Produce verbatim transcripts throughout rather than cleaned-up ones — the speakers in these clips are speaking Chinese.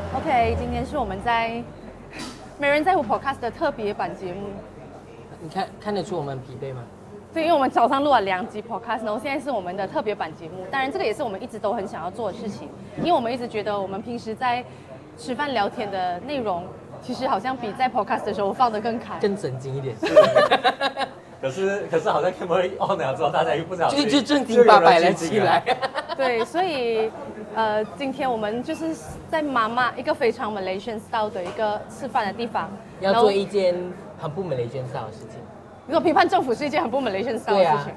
OK， 今天是我们在没人在乎 Podcast 的特别版节目。 你看看得出我们很疲惫吗？ 对，因为我们早上录了两集 Podcast， 然后现在是我们的特别版节目。当然，这个也是我们一直都很想要做的事情，因为我们一直觉得我们平时在吃饭聊天的内容，其实好像比在 Podcast 的时候放得更开， 更正经一点。 可是可是好像 camera on 了之后，大家又不知道， 就就正经八百了起来。 对，所以呃，今天我们就是在妈妈一个非常 Malaysian style 的一个吃饭的地方， 要做一件很不 Malaysian style 的事情。 你说批判政府是一件很不 Malaysian style 的事情。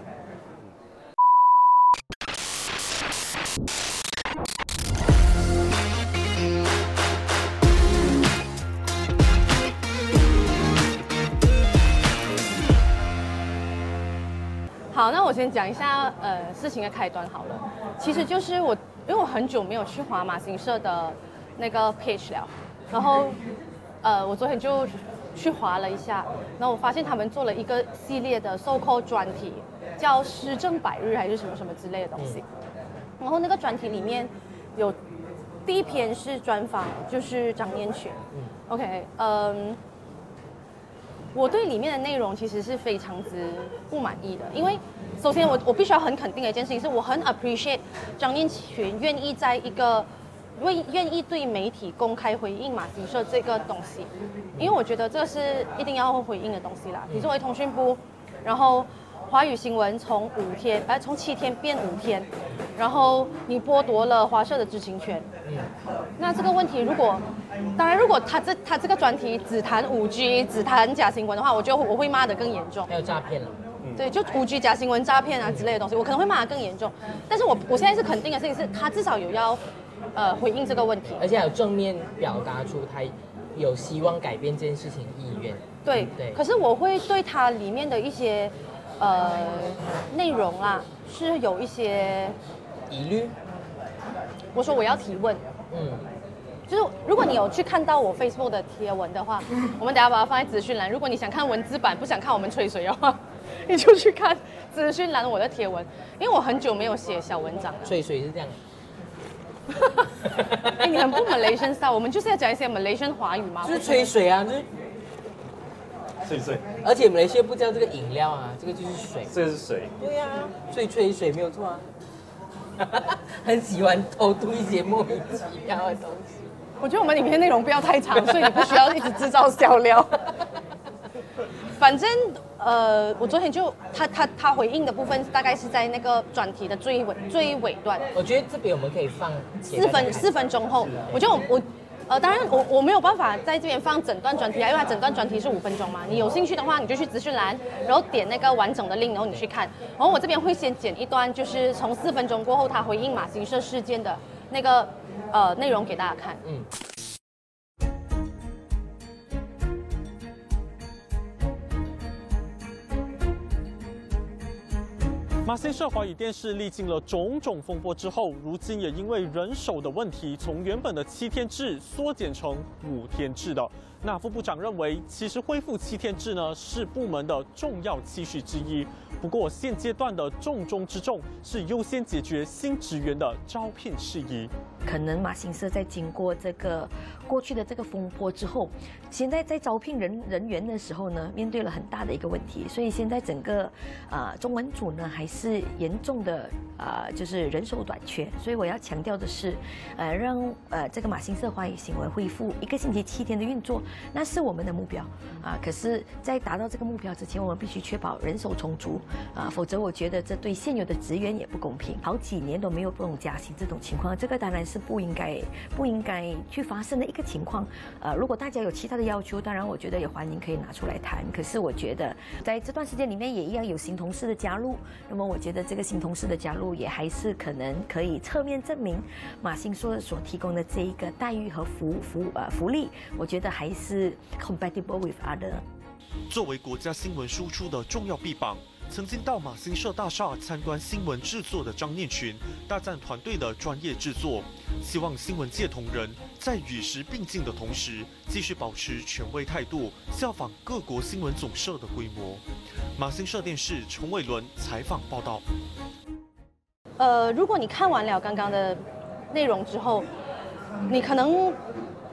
好，那我先讲一下呃事情的开端好了。其实就是我，因为我很久没有去滑马新社的那个 page 了，然后呃我昨天就去滑了一下，然后我发现他们做了一个系列的 so called 专题，叫施政百日还是什么什么之类的东西。然后那个专题里面有第一篇是专访，就是张念群。OK， 嗯。我对里面的内容其实是非常之不满意的，因为首先我我必须要很肯定的一件事情是，我很 appreciate 张念群愿意在一个愿愿意对媒体公开回应马新社这个东西，因为我觉得这是一定要回应的东西啦。你作为通讯部，然后华语新闻从五天，呃，从七天变五天，然后你剥夺了华社的知情权。那这个问题，如果当然，如果他这他这个专题只谈五 G， 只谈假新闻的话，我觉得我会骂得更严重。 还有诈骗了。 对，就五 G 假新闻、诈骗啊之类的东西，我可能会骂得更严重。但是我我现在是肯定的事情是，他至少有要呃回应这个问题， 而且还有正面表达出他有希望改变这件事情的意愿。 对对。可是我会对它里面的一些呃内容啊，是有一些疑虑。 我说我要提问。嗯。就是如果你有去看到我 Facebook 的贴文的话，我们等一下把它放在资讯栏。如果你想看文字版，不想看我们吹水的话，你就去看资讯栏我的贴文，因为我很久没有写小文章了。 吹水是这样。 哎，你很不 Malaysian style， 我们就是要讲一些 Malaysian 华语嘛。 就是吹水啊，就是水水。 而且马来西亚不叫这个饮料啊，这个就是水。 这是水。 对呀、啊，吹吹水没有错啊。很喜欢偷渡一些莫名其妙的东西。 我觉得我们影片内容不要太长，所以你不需要一直制造笑料。反正呃，我昨天就他他他回应的部分大概是在那个专题的最尾最尾段。 我觉得这边我们可以放四分四分钟后，我觉得我我呃，当然我我没有办法在这边放整段专题啊，因为它整段专题是五分钟嘛。你有兴趣的话，你就去资讯栏，然后点那个完整的 link， 然后你去看。然后我这边会先剪一段，就是从四分钟过后他回应马新社事件的那个呃内容给大家看。嗯。 马新社华语电视历经了种种风波之后，如今也因为人手的问题，从原本的七天制缩减成五天制的。那副部长认为，其实恢复七天制呢是部门的重要期许之一。不过现阶段的重中之重是优先解决新职员的招聘事宜。 可能马新社在经过这个过去的这个风波之后，现在在招聘人人员的时候呢，面对了很大的一个问题，所以现在整个啊、呃、中文组呢还是严重的啊、呃、就是人手短缺。所以我要强调的是，呃让呃这个马新社华语新闻恢复一个星期七天的运作，那是我们的目标啊。可是，在达到这个目标之前，我们必须确保人手充足啊，否则我觉得这对现有的职员也不公平。好几年都没有这种加薪这种情况，这个当然是不应该不应该去发生的一个情况。呃，如果大家有其他的要求，当然我觉得也欢迎可以拿出来谈。可是我觉得在这段时间里面也一样有新同事的加入，那么我觉得这个新同事的加入也还是可能可以侧面证明马新社所提供的这一个待遇和服服呃福利，我觉得还是 compatible with other。 作为国家新闻输出的重要臂膀，曾经到马新社大厦参观新闻制作的张念群，大赞团队的专业制作，希望新闻界同仁在与时并进的同时，继续保持权威态度，效仿各国新闻总社的规模。马新社电视陈伟伦采访报道。 呃，如果你看完了刚刚的内容之后，你可能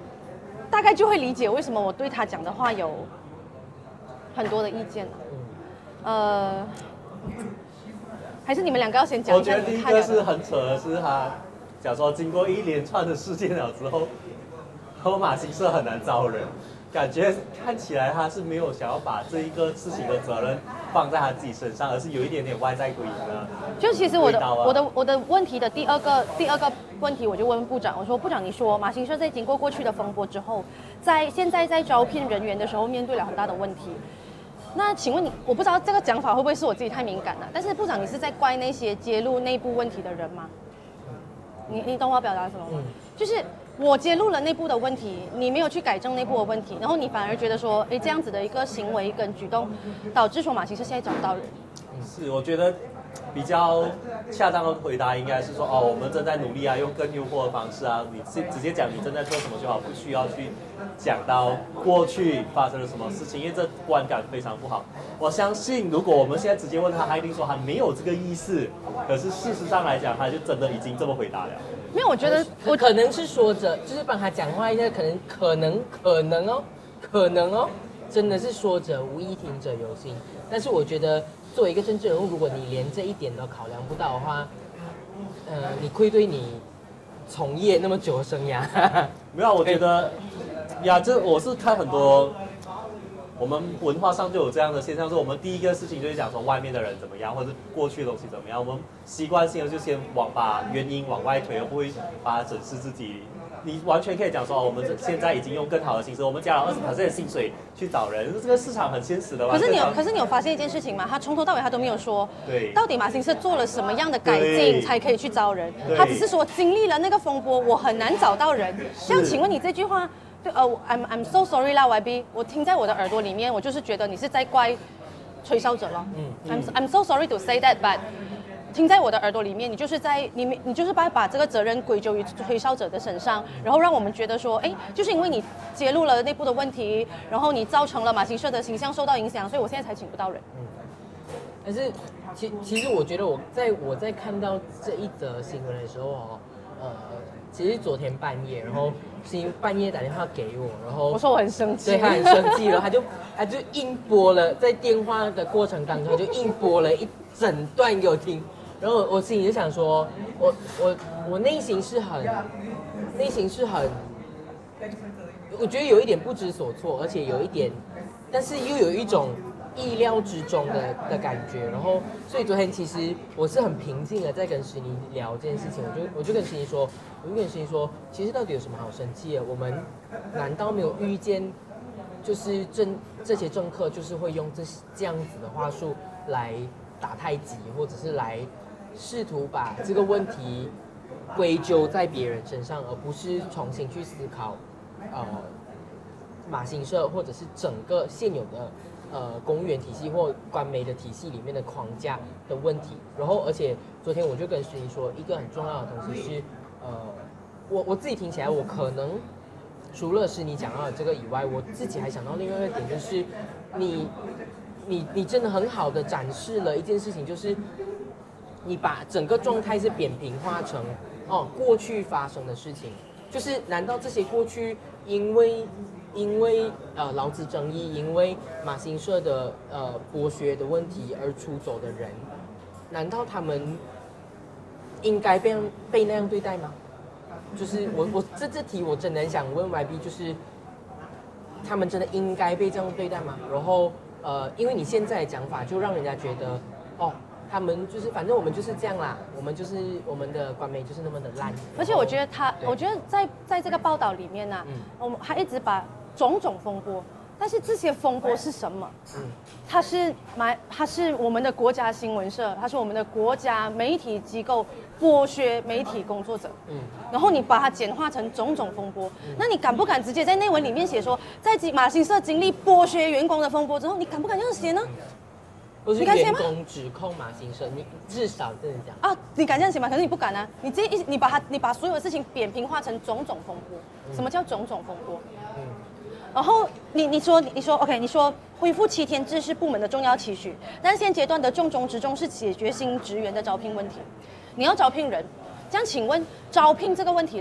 大概就会理解为什么我对他讲的话有很多的意见了。呃，还是你们两个要先讲一下我觉得第一你们看了的。 个是很扯的是他讲说，经过一连串的事件了之后，和马新社很难招人，感觉看起来他是没有想要把这一个事情的责任放在他自己身上，而是有一点点外在归因的。 就其实我的、 味道啊我的我的问题的第二个第二个问题，我就问部长，我说部长，你说马新社在经过过去的风波之后，在现在在招聘人员的时候面对了很大的问题。那请问你，我不知道这个讲法会不会是我自己太敏感了？但是部长，你是在怪那些揭露内部问题的人吗？你你懂我要表达什么吗？ 嗯就是我揭露了内部的问题，你没有去改正内部的问题，然后你反而觉得说，哎，这样子的一个行为跟举动，导致说马新社现在找不到人。 是，我觉得比较恰当的回答应该是说，哦，我们正在努力啊，用更优渥的方式啊，你直直接讲你正在做什么就好，不需要去讲到过去发生了什么事情，因为这观感非常不好。我相信，如果我们现在直接问他，他一定说他没有这个意思。可是事实上来讲，他就真的已经这么回答了。 没有，我觉得我可能是说着，就是帮他讲话一下，可能可能可能哦，可能哦，真的是说者无意，听者有心。但是我觉得，作为一个政治人物，如果你连这一点都考量不到的话，呃，你愧对你从业那么久的生涯。 没有，我觉得呀，这我是看很多。我们文化上就有这样的现象，是我们第一个事情就是讲说外面的人怎么样，或者过去的东西怎么样，我们习惯性的就先往把原因往外推，而不会把它审视自己。你完全可以讲说，哦，我们现在已经用更好的形式，我们加了二十%的薪水去找人，这个市场很现实的嘛。 可是你有，可是你有发现一件事情吗？他从头到尾他都没有说， 对， 到底马新社做了什么样的改对进才可以去招人？ 对他只是说经历了那个风波，我很难找到人。这样，请问你这句话？对，呃，I'm I'm so sorry 啦，Y B， 我听在我的耳朵里面，我就是觉得你是在怪吹哨者了。嗯，I'm I'm so sorry to say that，but 听在我的耳朵里面，你就是在你你就是把把这个责任归咎于吹哨者的身上，然后让我们觉得说，哎，就是因为你揭露了内部的问题，然后你造成了马新社的形象受到影响，所以我现在才请不到人。 嗯，但是其其实我觉得我在我在看到这一则新闻的时候哦，呃。其实昨天半夜，然后是半夜打电话给我，然后我说我很生气， 对他很生气，然后他就他就硬播了，在电话的过程当中就硬播了一整段给我听，然后我心里就想说，我我我内心是很内心是很，我觉得有一点不知所措，而且有一点，但是又有一种意料之中的的感觉，然后所以昨天其实我是很平静的在跟石妮聊这件事情，我就我就跟石妮说，我就跟石妮说，其实到底有什么好生气的？我们难道没有遇见，就是政这些政客就是会用这这样子的话术来打太极，或者是来试图把这个问题归咎在别人身上，而不是重新去思考，呃，马新社或者是整个现有的。呃，公务员体系或官媒的体系里面的框架的问题，然后而且昨天我就跟徐妮说，一个很重要的东西是，呃，我我自己听起来，我可能除了是你讲到的这个以外，我自己还想到另外一个点，就是你你你真的很好的展示了一件事情，就是你把整个状态是扁平化成哦过去发生的事情，就是难道这些过去因为因为呃劳资争议，因为马新社的呃剥削的问题而出走的人，难道他们应该被被那样对待吗？就是我我这这题我真的很想问 Y B， 就是他们真的应该被这样对待吗？然后呃，因为你现在的讲法就让人家觉得哦。他们就是，反正我们就是这样啦，我们就是我们的官媒就是那么的烂。 而且我觉得他，我觉得在在这个报道里面呢、啊，嗯、我们还一直把种种风波，但是这些风波是什么？嗯，它是马，它是我们的国家新闻社，它是我们的国家媒体机构剥削媒体工作者。嗯，然后你把它简化成种种风波，嗯、那你敢不敢直接在内文里面写说，在马新社经历剥削员工的风波之后，你敢不敢这样写呢？ 不是员工指控马新社，你至少这样讲啊，你敢这样写吗？可是你不敢啊！你这一你把它，你把所有的事情扁平化成种种风波。嗯、什么叫种种风波？嗯，然后你你说你说 OK， 你说恢复七天制是部门的重要期许，但现阶段的重中之重是解决新职员的招聘问题。你要招聘人，这样请问招聘这个问题啦，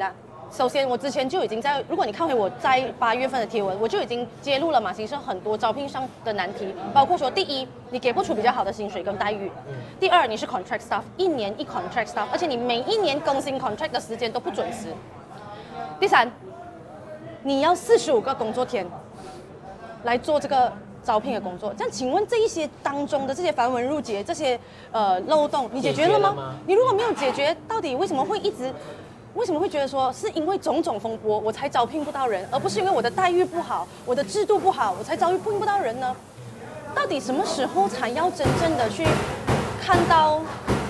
首先我之前就已经在，如果你看回我在八月份的贴文，我就已经揭露了马行社很多招聘上的难题，包括说第一，你给不出比较好的薪水跟待遇；第二，你是 contract staff， 一年一 contract staff， 而且你每一年更新 contract 的时间都不准时；第三，你要四十五个工作天来做这个招聘的工作，这样请问这一些当中的这些繁文缛节、这些呃漏洞，你解决了吗？ 解决了吗你如果没有解决，到底为什么会一直？为什么会觉得说是因为种种风波我才招聘不到人，而不是因为我的待遇不好、我的制度不好，我才招聘不到人呢？到底什么时候才要真正的去看到？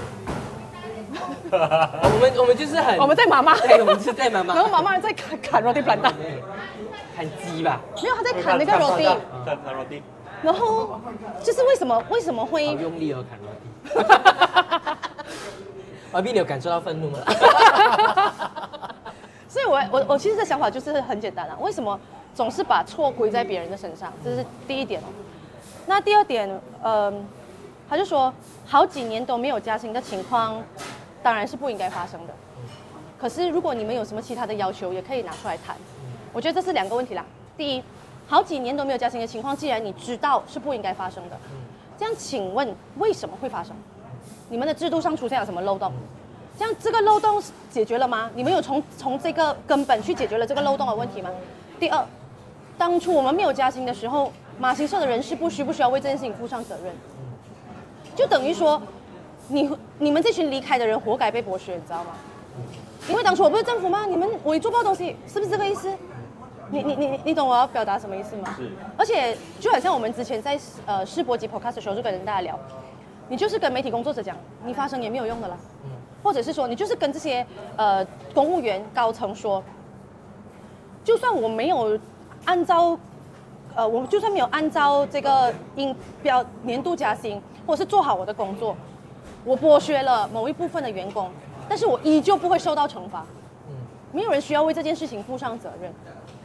我们我们就是很我们在妈妈， 对，我们是在妈妈， 然后妈妈在砍砍 roti plantain， 看鸡吧， 没有，她在砍那个 roti， 看看 roti。 然后就是为什么为什么会好用力哦，砍 roti。Y B， 你有感受到愤怒吗？ 所以我，我我其实的想法就是很简单啊，为什么总是把错归在别人的身上？这是第一点哦。那第二点，呃，他就说好几年都没有加薪的情况，当然是不应该发生的。可是，如果你们有什么其他的要求，也可以拿出来谈。我觉得这是两个问题啦。第一，好几年都没有加薪的情况，既然你知道是不应该发生的，这样请问为什么会发生？你们的制度上出现了什么漏洞？这样这个漏洞解决了吗？你们有从从这个根本去解决了这个漏洞的问题吗？第二，当初我们没有加薪的时候，马行社的人事部需不需要为这件事情负上责任？就等于说，你你们这群离开的人活该被剥削，你知道吗？因为当初我不是政府吗？你们我做不到东西，是不是这个意思？你你你你懂我要表达什么意思吗？ 是。 而且就好像我们之前在呃世博及 podcast 的时候就跟大家聊。你就是跟媒体工作者讲，你发声也没有用的啦，嗯、或者是说你就是跟这些呃公务员高层说，就算我没有按照呃我就算没有按照这个应标年度加薪，或者是做好我的工作，我剥削了某一部分的员工，但是我依旧不会受到惩罚，嗯、没有人需要为这件事情负上责任。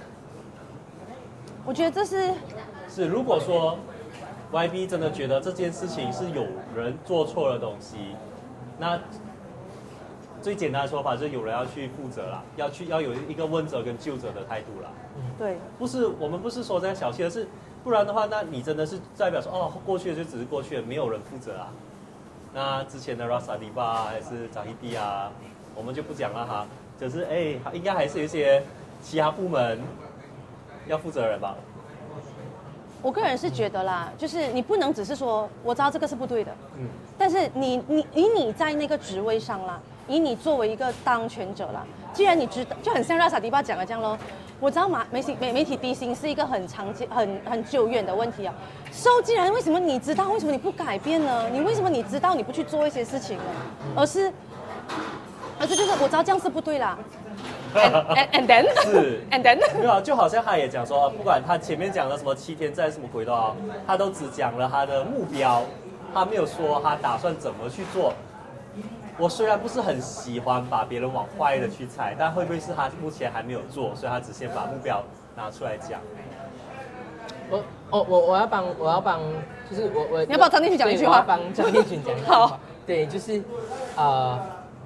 我觉得这是是如果说。Y B 真的觉得这件事情是有人做错了东西，那最简单的说法就是有人要去负责啦，要去要有一个问责跟究责的态度啦。 对， 不是我们不是说这样小气，而是不然的话，那你真的是代表说哦，过去的就只是过去了，没有人负责啊。那之前的 Rasa Diba 啊，还是张一迪啊，我们就不讲了哈。就是哎，应该还是有一些其他部门要负责任吧。 我个人是觉得啦，就是你不能只是说我知道这个是不对的，嗯，但是你你以你在那个职位上啦，以你作为一个当权者啦，既然你知道，就很像 Rasa Diba 讲的这样咯，我知道马媒体媒媒体低薪是一个很常见、很很久远的问题啊。So， 既然为什么你知道，为什么你不改变呢？你为什么你知道你不去做一些事情呢？而是，而是就是我知道这样是不对啦。And, and, and then 是 and then 没有啊，就好像他也讲说，不管他前面讲的什么七天在什么轨道啊，他都只讲了他的目标，他没有说他打算怎么去做。我虽然不是很喜欢把别人往坏的去猜，但会不会是他目前还没有做，所以他只先把目标拿出来讲？ 我哦我我要帮我要帮，就是我我你要帮张念群讲一句话， 我要帮张念群讲一句话。 好， 对，就是呃。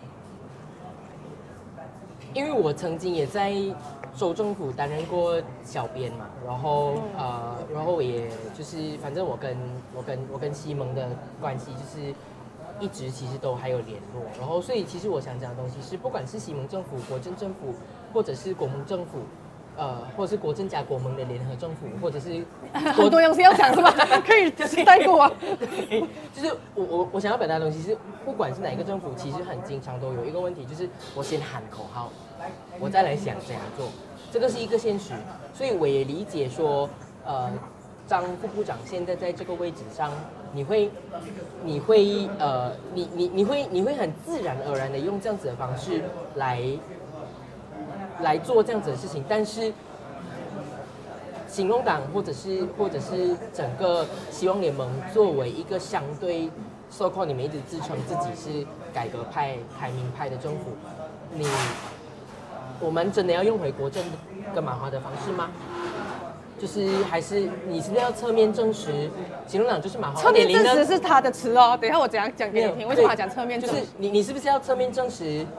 因为我曾经也在州政府担任过小编嘛，然后呃，然后我也就是反正我跟我跟我跟西蒙的关系就是一直其实都还有联络，然后所以其实我想讲的东西是，不管是西蒙政府、国政政府，或者是国盟政府，呃，或者是国政加国盟的联合政府，或者是很多东西要讲是吧？可以就是带过啊。 就是我我我想要表达的东西是，不管是哪一个政府，其实很经常都有一个问题，就是我先喊口号，我再来想怎样做，这个是一个现实。所以我也理解说，呃，张副部长现在在这个位置上，你会你会呃你你你会你会很自然而然的用这样子的方式来。来做这样子的事情，但是行动党或者是或者是整个希望联盟作为一个相对 so-called 你们一直自称自己是改革派、开明派的政府，你我们真的要用回国政跟马华的方式吗？就是还是你是不是要侧面证实行动党就是马华侧面证实是他的词哦，等一下我怎样讲给你听，为什么他讲侧面证实？ 就是你你是不是要侧面证实？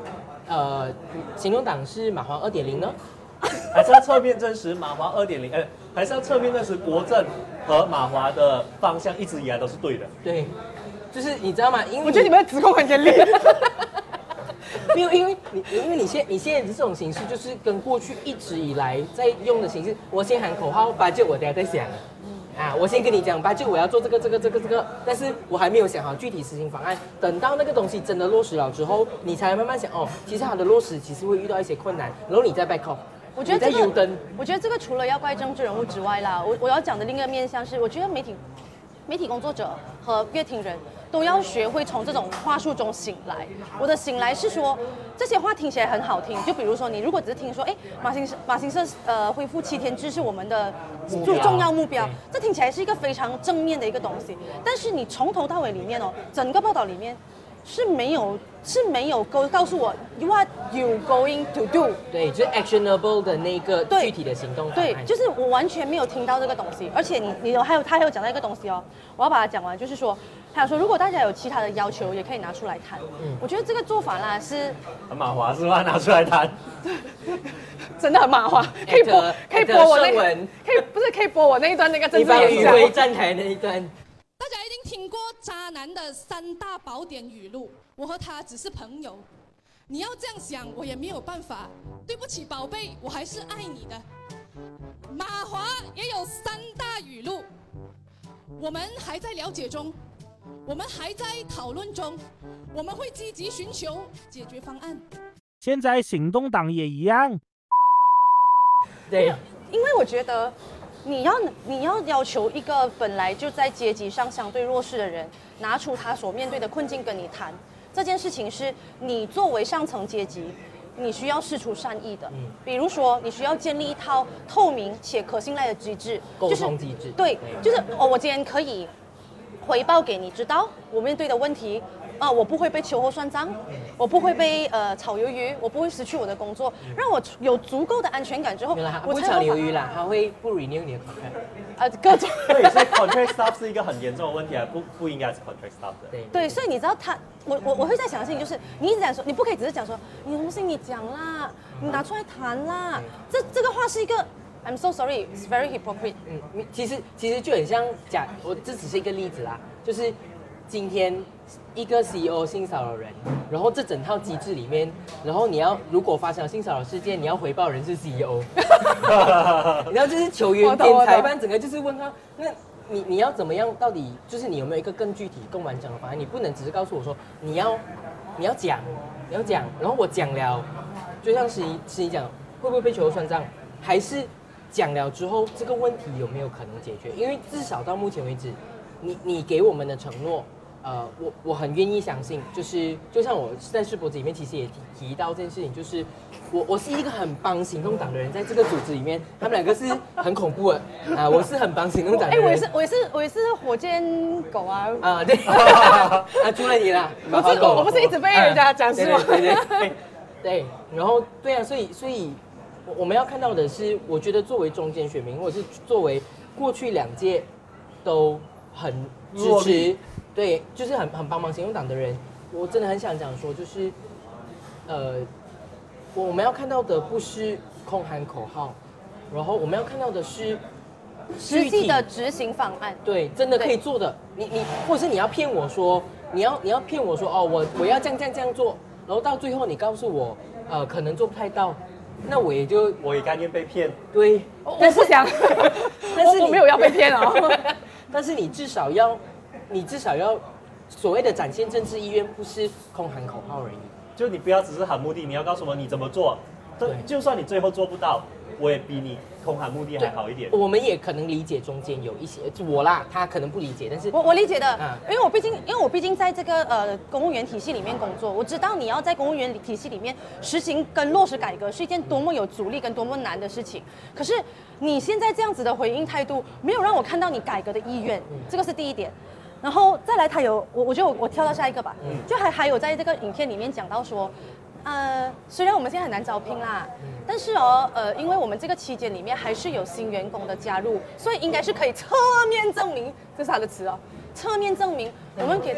呃，行动党是马华二点零呢？ 还是要侧面证实马华二点零？哎，还是要侧面证实国政和马华的方向一直以来都是对的。 对，就是你知道吗？因为我觉得你们的指控很严厉。 没有，因为你因为你现你现在的这种形式，就是跟过去一直以来在用的形式，我先喊口号，八九我等下再想。啊，我先跟你讲，八九我要做这个这个这个这个，但是我还没有想好具体实行方案。等到那个东西真的落实了之后，你才慢慢想哦，其实它的落实其实会遇到一些困难，然后你再 back off。 我觉得这个你在 U 灯， 我觉得这个除了要怪政治人物之外啦，我我要讲的另一个面向是，我觉得媒体媒体工作者和乐听人都要学会从这种话术中醒来。我的醒来是说，这些话听起来很好听，就比如说你如果只是听说，哎，马新马新社呃恢复七天制是我们的就重要目标，这听起来是一个非常正面的一个东西。但是你从头到尾里面哦，整个报道里面是没有是没有告告诉我 what you going to do。 对，就是 actionable 的那个对具体的行动方对， 案。 就是我完全没有听到这个东西，而且你你有还有他还有讲到一个东西哦，我要把它讲完，就是说，还有说如果大家有其他的要求，也可以拿出来谈。嗯，我觉得这个做法啦是马华是吧？拿出来谈。 真的很马华，可以播可以播我那个，可以不是可以播我那一段那个政你把宇治演讲。 辉站台那一段。 大家一定听过渣男的三大宝典语录，我和他只是朋友。你要这样想，我也没有办法。对不起，宝贝，我还是爱你的。马华也有三大语录，我们还在了解中，我们还在讨论中，我们会积极寻求解决方案。 现在行动党也一样。 对， 因为我觉得你要你要要求一个本来就在阶级上相对弱势的人，拿出他所面对的困境跟你谈，这件事情是你作为上层阶级，你需要释出善意的。 嗯比如说，你需要建立一套透明且可信赖的机制， 沟通机制。 对，就是哦，我今天可以回报给你知道我面对的问题。啊，我不会被秋后算账，我不会被呃炒鱿鱼，我不会失去我的工作，让我有足够的安全感之后， 原来他我不炒才有办法鱿鱼啦，他会不 renew 你的 contract。 呃各种。 对，所以 contract staff 是一个很严重的问题啊，不不应该是 contract staff 的。 对对，所以你知道他，我我我会在想的事情就是，你一直讲说，你不可以只是讲说，你东西你讲啦，你拿出来谈啦，这这个话是一个 I'm so sorry, it's very hypocrite。 嗯，其实其实就很像假，我这只是一个例子啦，就是今天一个 C E O 性骚扰人，然后这整套机制里面，然后你要如果发生了性骚扰事件，你要回报人是 C E O， 然后就是球员兼裁判，整个就是问他，那你你要怎么样？到底就是你有没有一个更具体、更完整的方案？你不能只是告诉我说你要你要讲，你要讲，然后我讲了，就像是你是你讲会不会被球后算账，还是讲了之后这个问题有没有可能解决？因为至少到目前为止，你你给我们的承诺。呃，我我很愿意相信，就是就像我在世博子里面其实也提提到这件事情，就是我我是一个很帮行动党的人，在这个组织里面，他们两个是很恐怖的啊，我是很帮行动党的人。 哎，我也是我也是我也是火箭狗啊。 啊，对，啊，除了你啦， 我不是我不是一直被人家讲是吗？ 对对对对，然后对啊，所以所以我我们要看到的是，我觉得作为中间选民，或者是作为过去两届都很支持。对，就是很很帮忙行动党的人，我真的很想讲说，就是，呃，我们要看到的不是空喊口号，然后我们要看到的是实际的执行方案。 对，真的可以做的。你你，或者是你要骗我说，你要你要骗我说，哦，我我要这样这样这样做，然后到最后你告诉我，呃，可能做不太到，那我也就我也甘愿被骗。 对， 我不想， 但是我没有要被骗哦。 但是你至少要。你至少要所谓的展现政治意愿，不是空喊口号而已。 就你不要只是喊目的，你要告诉我你怎么做。对，就算你最后做不到，我也比你空喊目的还好一点。 我们也可能理解中间有一些，我啦，他可能不理解，但是我我理解的， 嗯、 因为我毕竟因为我毕竟在这个呃公务员体系里面工作，我知道你要在公务员体系里面实行跟落实改革是一件多么有阻力跟多么难的事情。可是你现在这样子的回应态度，没有让我看到你改革的意愿，嗯、这个是第一点。然后再来，他有我，我觉得我我跳到下一个吧，嗯、就还还有在这个影片里面讲到说，呃，虽然我们现在很难招聘啦，嗯、但是哦，呃，因为我们这个期间里面还是有新员工的加入，所以应该是可以侧面证明，这是他的词哦，侧面证明我们给的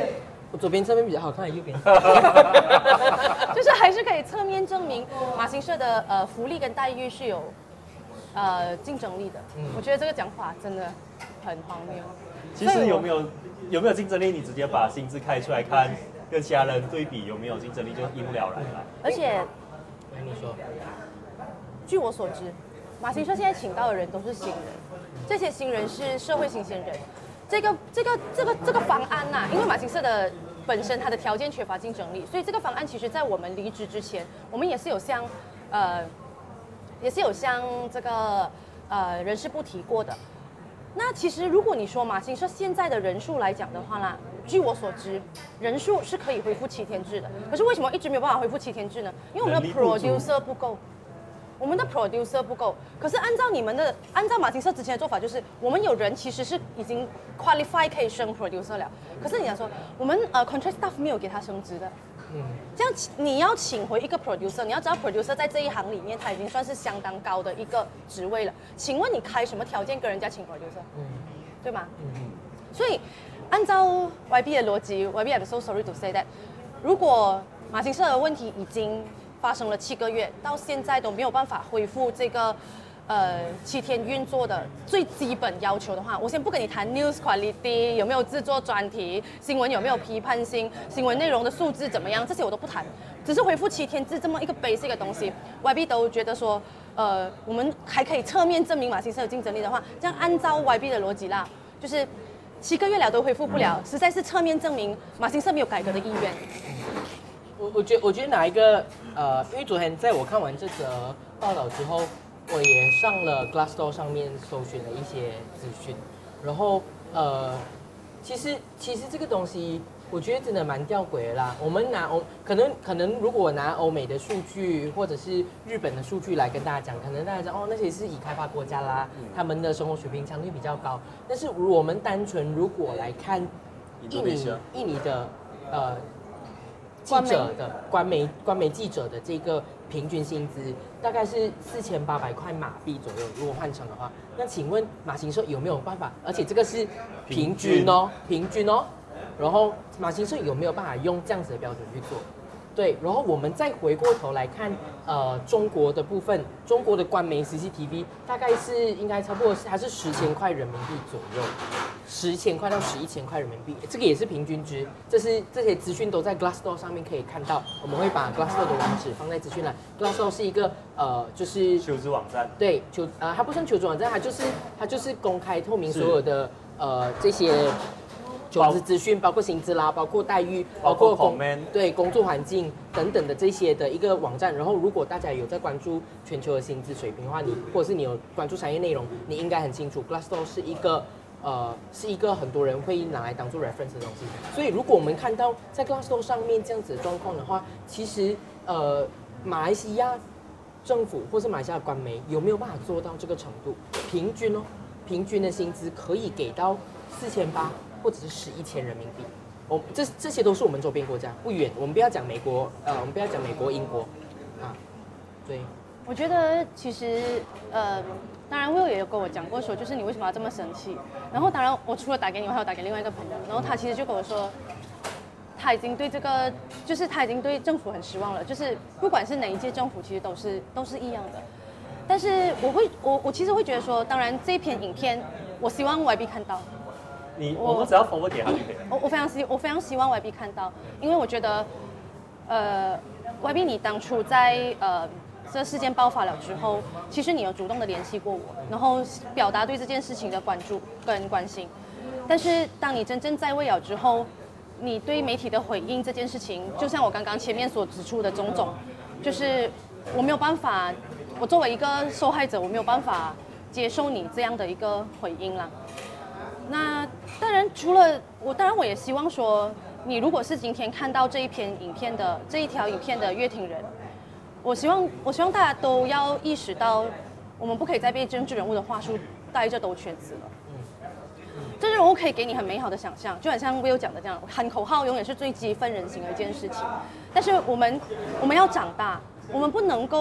我左边侧面比较好看，右边。 就是还是可以侧面证明马行社的呃福利跟待遇是有呃竞争力的。嗯，我觉得这个讲法真的很荒谬。 其实有没有有没有竞争力？你直接把薪资开出来看，跟其他人对比有没有竞争力，就一目了然了。 而且， 来你说， 据我所知，马行社现在请到的人都是新人，这些新人是社会新鲜人。这个这个这个这个方案呐、啊，因为马行社的本身它的条件缺乏竞争力，所以这个方案其实在我们离职之前，我们也是有向呃也是有向这个呃人事部提过的。那其实如果你说马行社现在的人数来讲的话啦，据我所知，人数是可以恢复七天制的。可是为什么一直没有办法恢复七天制呢？因为我们的 producer 不够。我们的 producer 不够，可是按照你们的，按照马行社之前的做法，就是我们有人其实是已经 qualify 可以升 producer 了，可是你想说，我们呃 contract staff 没有给他升职的，嗯，这样你要请回一个 producer， 你要知道 producer 在这一行里面他已经算是相当高的一个职位了，请问你开什么条件跟人家请 producer？ 嗯，对吗？嗯，所以按照 Y B 的逻辑 ，Y B I'm so sorry to say that， 如果马行社的问题已经发生了七个月，到现在都没有办法恢复这个呃七天运作的最基本要求的话，我先不跟你谈 news quality 有没有制作专题，新闻有没有批判性，新闻内容的素质怎么样，这些我都不谈，只是恢复七天制这么一个 basic 的东西 ，Y B 都觉得说，呃，我们还可以侧面证明马行社有竞争力的话，这样按照 Y B 的逻辑啦，就是七个月了都恢复不了，实在是侧面证明马行社没有改革的意愿。 我我觉得我觉得哪一个呃，因为昨天在我看完这则报道之后，我也上了 Glassdoor 上面搜寻了一些资讯，然后呃，其实其实这个东西我觉得真的蛮吊诡的啦。我们拿欧可能可能如果拿欧美的数据或者是日本的数据来跟大家讲，可能大家讲哦那些是已开发国家啦，他们的生活水平相对比较高。但是我们单纯如果来看印尼印尼的呃。记者的官媒官媒记者的这个平均薪资大概是四千八百块马币左右，如果换成的话，那请问马行社有没有办法？而且这个是平均哦，平均哦。然后马行社有没有办法用这样子的标准去做？对，然后我们再回过头来看，呃，中国的部分，中国的官媒 C C T V 大概是应该差不多是还是十千块人民币左右，十千块到十一千块人民币，这个也是平均值。这是这些资讯都在 Glassdoor 上面可以看到，我们会把 Glassdoor 的网址放在资讯栏。Glassdoor 是一个呃，就是求职网站。 对，求呃，它不算求职网站，它就是它就是公开透明所有的呃这些。求职资讯，包括薪资啦，包括待遇，包括工对工作环境等等的这些的一个网站。然后，如果大家有在关注全球的薪资水平的话，你或者是你有关注商业内容，你应该很清楚 ，Glassdoor 是一个呃是一个很多人会拿来当做 reference 的东西。所以，如果我们看到在 Glassdoor 上面这样子的状况的话，其实呃马来西亚政府或是马来西亚官媒有没有办法做到这个程度？平均哦，平均的薪资可以给到四千八。或者是十一千人民币，我这这些都是我们周边国家不远，我们不要讲美国，呃，我们不要讲美国、英国，啊，对。 我觉得其实呃，当然 Will 也有跟我讲过说，就是你为什么要这么生气？然后当然我除了打给你，我还有打给另外一个朋友，然后他其实就跟我说，他已经对这个，就是他已经对政府很失望了，就是不管是哪一届政府，其实都是都是一样的。但是我会，我我其实会觉得说，当然这一篇影片，我希望 Y B 看到。 你我们只要 forward 给他就可以了。 我我非常希我非常希望 Y B 看到，因为我觉得，呃 ，Y B 你当初在呃这事件爆发了之后，其实你有主动的联系过我，然后表达对这件事情的关注跟关心。但是当你真正在位了之后，你对媒体的回应这件事情，就像我刚刚前面所指出的种种，就是我没有办法，我作为一个受害者，我没有办法接受你这样的一个回应啦。那当然，除了我，当然我也希望说，你如果是今天看到这一篇影片的这一条影片的乐听人，我希望我希望大家都要意识到，我们不可以再被政治人物的话术带着兜圈子了。政治人物可以给你很美好的想象，就很像 Will 讲的这样，喊口号永远是最激愤人心的一件事情。但是我们我们要长大，我们不能够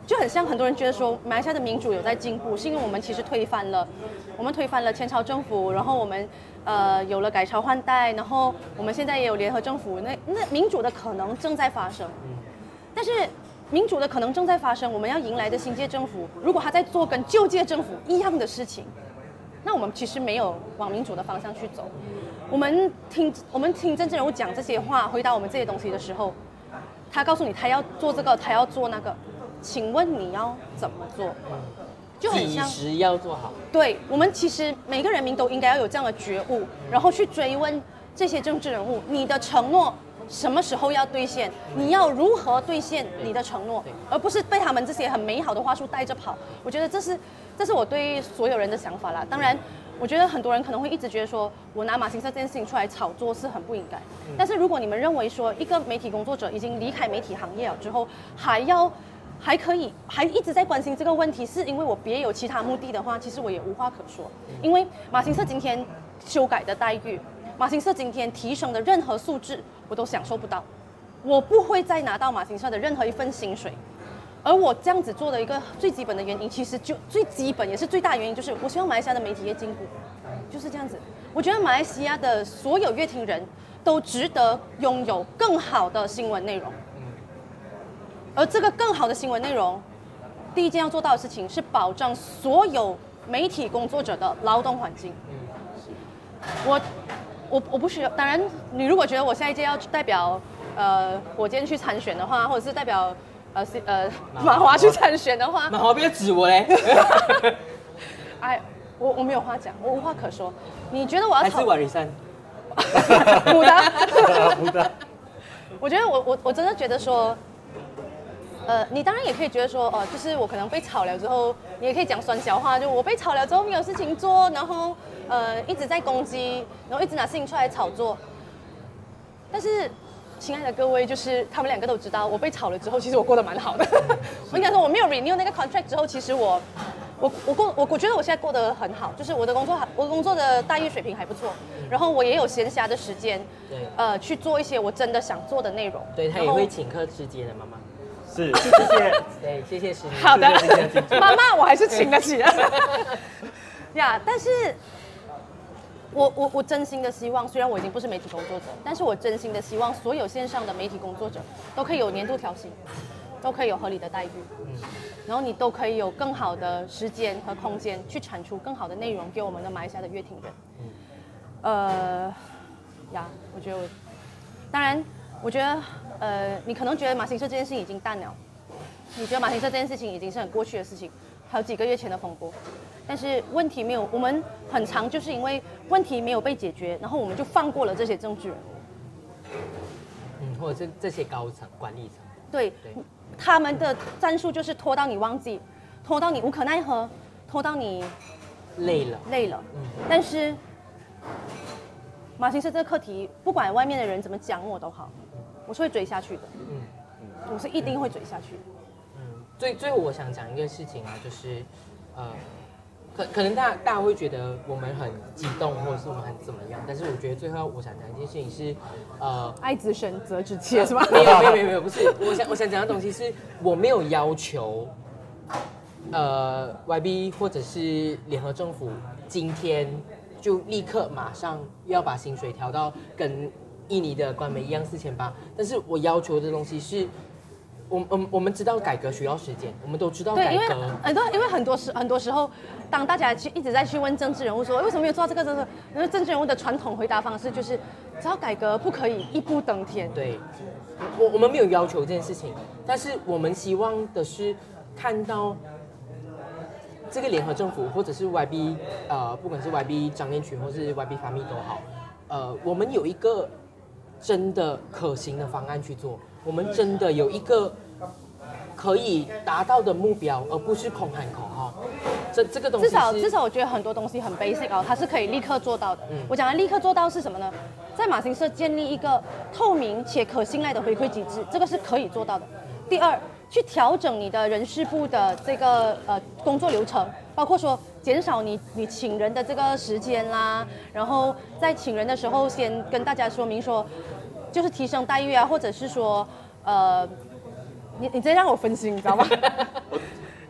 就很像很多人觉得说马来西亚的民主有在进步，是因为我们其实推翻了，我们推翻了前朝政府，然后我们呃有了改朝换代，然后我们现在也有联合政府，那那民主的可能正在发生，但是民主的可能正在发生，我们要迎来的新届政府，如果他在做跟旧届政府一样的事情，那我们其实没有往民主的方向去走。我们听我们听政治人物讲这些话，回答我们这些东西的时候，他告诉你他要做这个，他要做那个，请问你要怎么做？就很像几时要做好。 对，我们其实每个人民都应该要有这样的觉悟，然后去追问这些政治人物，你的承诺什么时候要兑现？你要如何兑现你的承诺，而不是被他们这些很美好的话术带着跑。我觉得这是这是我对所有人的想法啦。当然，我觉得很多人可能会一直觉得说，我拿马新社这件事情出来炒作是很不应该。但是如果你们认为说，一个媒体工作者已经离开媒体行业了之后，还要还可以还一直在关心这个问题，是因为我别有其他目的的话，其实我也无话可说。因为马新社今天修改的待遇，马新社今天提升的任何素质，我都享受不到，我不会再拿到马新社的任何一份薪水。而我这样子做的一个最基本的原因，其实就最基本也是最大的原因，就是我希望马来西亚的媒体业进步，就是这样子。我觉得马来西亚的所有乐听人都值得拥有更好的新闻内容，而这个更好的新闻内容，第一件要做到的事情是保障所有媒体工作者的劳动环境。我我我不需要，当然你如果觉得我下一届要代表呃火箭去参选的话，或者是代表呃呃马华去参选的话， 马华不要指我嘞。 哎，我我没有话讲，我无话可说。你觉得我要还是瓦里山？ 不的， 不的。 我觉得我我我真的觉得说，呃，你当然也可以觉得说，哦、呃，就是我可能被炒了之后，你也可以讲酸小话，就我被炒了之后没有事情做，然后呃一直在攻击，然后一直拿事情出来炒作。但是，亲爱的各位，就是他们两个都知道，我被炒了之后，其实我过得蛮好的。我应该说，我没有 renew 那个 contract 之后，其实我我我过我我觉得我现在过得很好，就是我的工作还我的工作的待遇水平还不错，然后我也有闲暇的时间， 对， 呃，去做一些我真的想做的内容。 对，他也会请客吃鸡的妈妈。 是，谢谢。 对，谢谢石妮。 好的，妈妈，我还是请得起的。呀，但是我我我真心的希望，虽然我已经不是媒体工作者，但是我真心的希望所有线上的媒体工作者都可以有年度调薪，都可以有合理的待遇，嗯，然后你都可以有更好的时间和空间去产出更好的内容给我们的马来西亚的乐听人。嗯，呃，呀，我觉得我，当然，我觉得。呃，你可能觉得马新社这件事情已经淡了，你觉得马新社这件事情已经是很过去的事情，还有几个月前的风波，但是问题没有，我们很常就是因为问题没有被解决，然后我们就放过了这些政治人物， 嗯，或者是这些高层管理层， 对，对他们的战术就是拖到你忘记，拖到你无可奈何，拖到你累了， 累了，嗯，但是马新社这个课题，不管外面的人怎么讲我都好。我是会追下去的，嗯，我是一定会追下去的。 嗯，最最后我想讲一个事情啊，就是，呃，可可能大家大家会觉得我们很激动，或者是我们很怎么样，但是我觉得最后我想讲一件事情是，呃， 爱之深责之切是吗？ 没有没有没有没有，不是，我想我想讲的东西是我没有要求，呃 ，Y B 或者是联合政府今天就立刻马上要把薪水调到跟印尼的官媒一样四千八，但是我要求的东西是，我我我们知道改革需要时间，我们都知道改对，因为革， 很多因为很多时很多时候，当大家去一直在去问政治人物说为什么没有做到这个这个，因为政治人物的传统回答方式就是，只要改革不可以一步登天。 对，我我们没有要求这件事情，但是我们希望的是看到这个联合政府或者是 Y B 呃，不管是 Y B 张念群或是 Y B 发密都好，呃，我们有一个真的可行的方案去做，我们真的有一个可以达到的目标，而不是空喊口号。这这个东西至少至少我觉得很多东西很 basic 哦，它是可以立刻做到的。嗯、我讲的立刻做到是什么呢？在马新社建立一个透明且可信赖的回馈机制，这个是可以做到的。第二，去调整你的人事部的这个呃工作流程，包括说减少你你请人的这个时间啦，然后在请人的时候先跟大家说明说，就是提升待遇啊，或者是说呃。你你直接让我分析，你知道吗？ 我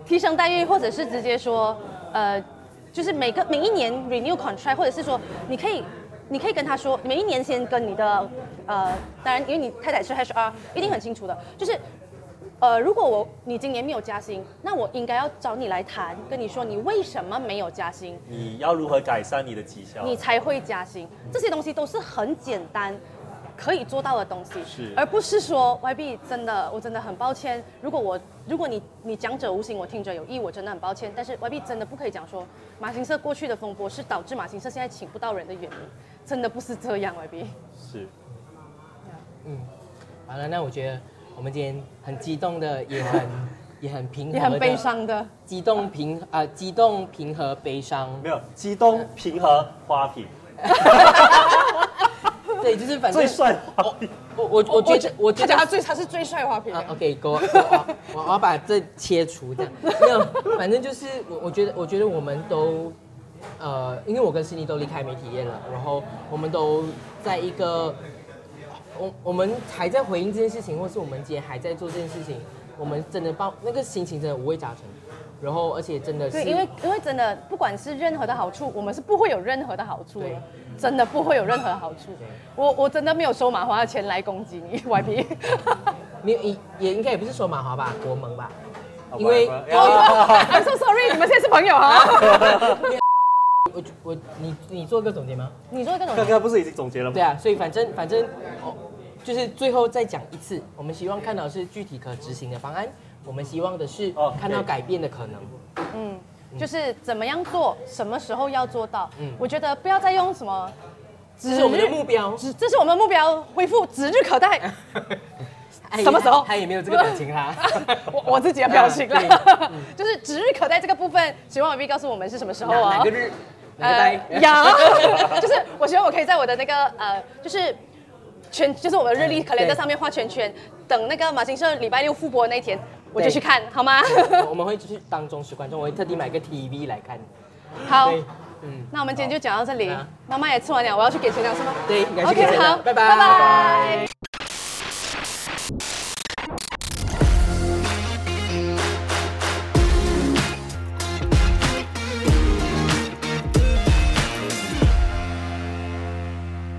提升待遇，或者是直接说，呃，就是每个每一年 renew contract， 或者是说你可以。你可以跟他说，每一年先跟你的呃，当然因为你太太是 H R， 一定很清楚的，就是呃，如果我你今年没有加薪，那我应该要找你来谈，跟你说你为什么没有加薪， 你要如何改善你的绩效， 你才会加薪。这些东西都是很简单可以做到的东西， 是， 而不是说 Y B 真的，我真的很抱歉，如果我如果你你讲者无心，我听者有意，我真的很抱歉，但是 Y B 真的不可以讲说马行社过去的风波是导致马行社现在请不到人的原因，真的不是这样 ，Y B。 是， 嗯，好了，那我觉得我们今天很激动的，也很也很平和的， 也很悲伤的， 激动平啊、呃，激动平和悲伤， 没有激动平和花瓶。 对，就是反正最帅花瓶。 我我我觉得我觉得他最他是最帅花瓶。 啊 ，OK， 给我我我我要把这切除这样，没有，反正就是我我觉得我觉得我们都呃，因为我跟 Cindy 都离开媒体业了，然后我们都在一个我我们还在回应这件事情，或是我们今天还在做这件事情，我们真的抱那个心情真的五味杂陈。然后，而且真的是， 对，因为因为真的，不管是任何的好处，我们是不会有任何的好处的，真的不会有任何好处。我我真的没有收马华的钱来攻击你 Y B。 没有，也也应该也不是说马华吧，国盟吧，因为 I'm so sorry， 你们现在是朋友哈。 我我你你做一个总结吗？ 你做一个总结。 刚刚不是已经总结了吗？ 对啊，所以反正反正哦，就是最后再讲一次，我们希望看到是具体可执行的方案。我们希望的是看到改变的可能， 嗯，就是怎么样做，什么时候要做到。 嗯， 我觉得不要再用什么， 这是我们的目标， 这是我们的目标，恢复指日可待。什么时候？ 他也没有这个表情啦， 我我自己的表情啦，就是指日可待这个部分，希望 Y B 告诉我们是什么时候啊？ 哪个日？哪个待？ 有，就是我希望我可以在我的那个呃，就是圈，就是我们日历 calendar 上面画圈圈，等那个马行社礼拜六复播那一天。我就去看，好吗？ 我们会去当忠实观众，我会特地买个 T V 来看。 好，嗯，那我们今天就讲到这里。啊、妈妈也吃完了，我要去给钱粮是吗？ 对，应该去给钱粮。 Okay，好，拜拜。 拜拜。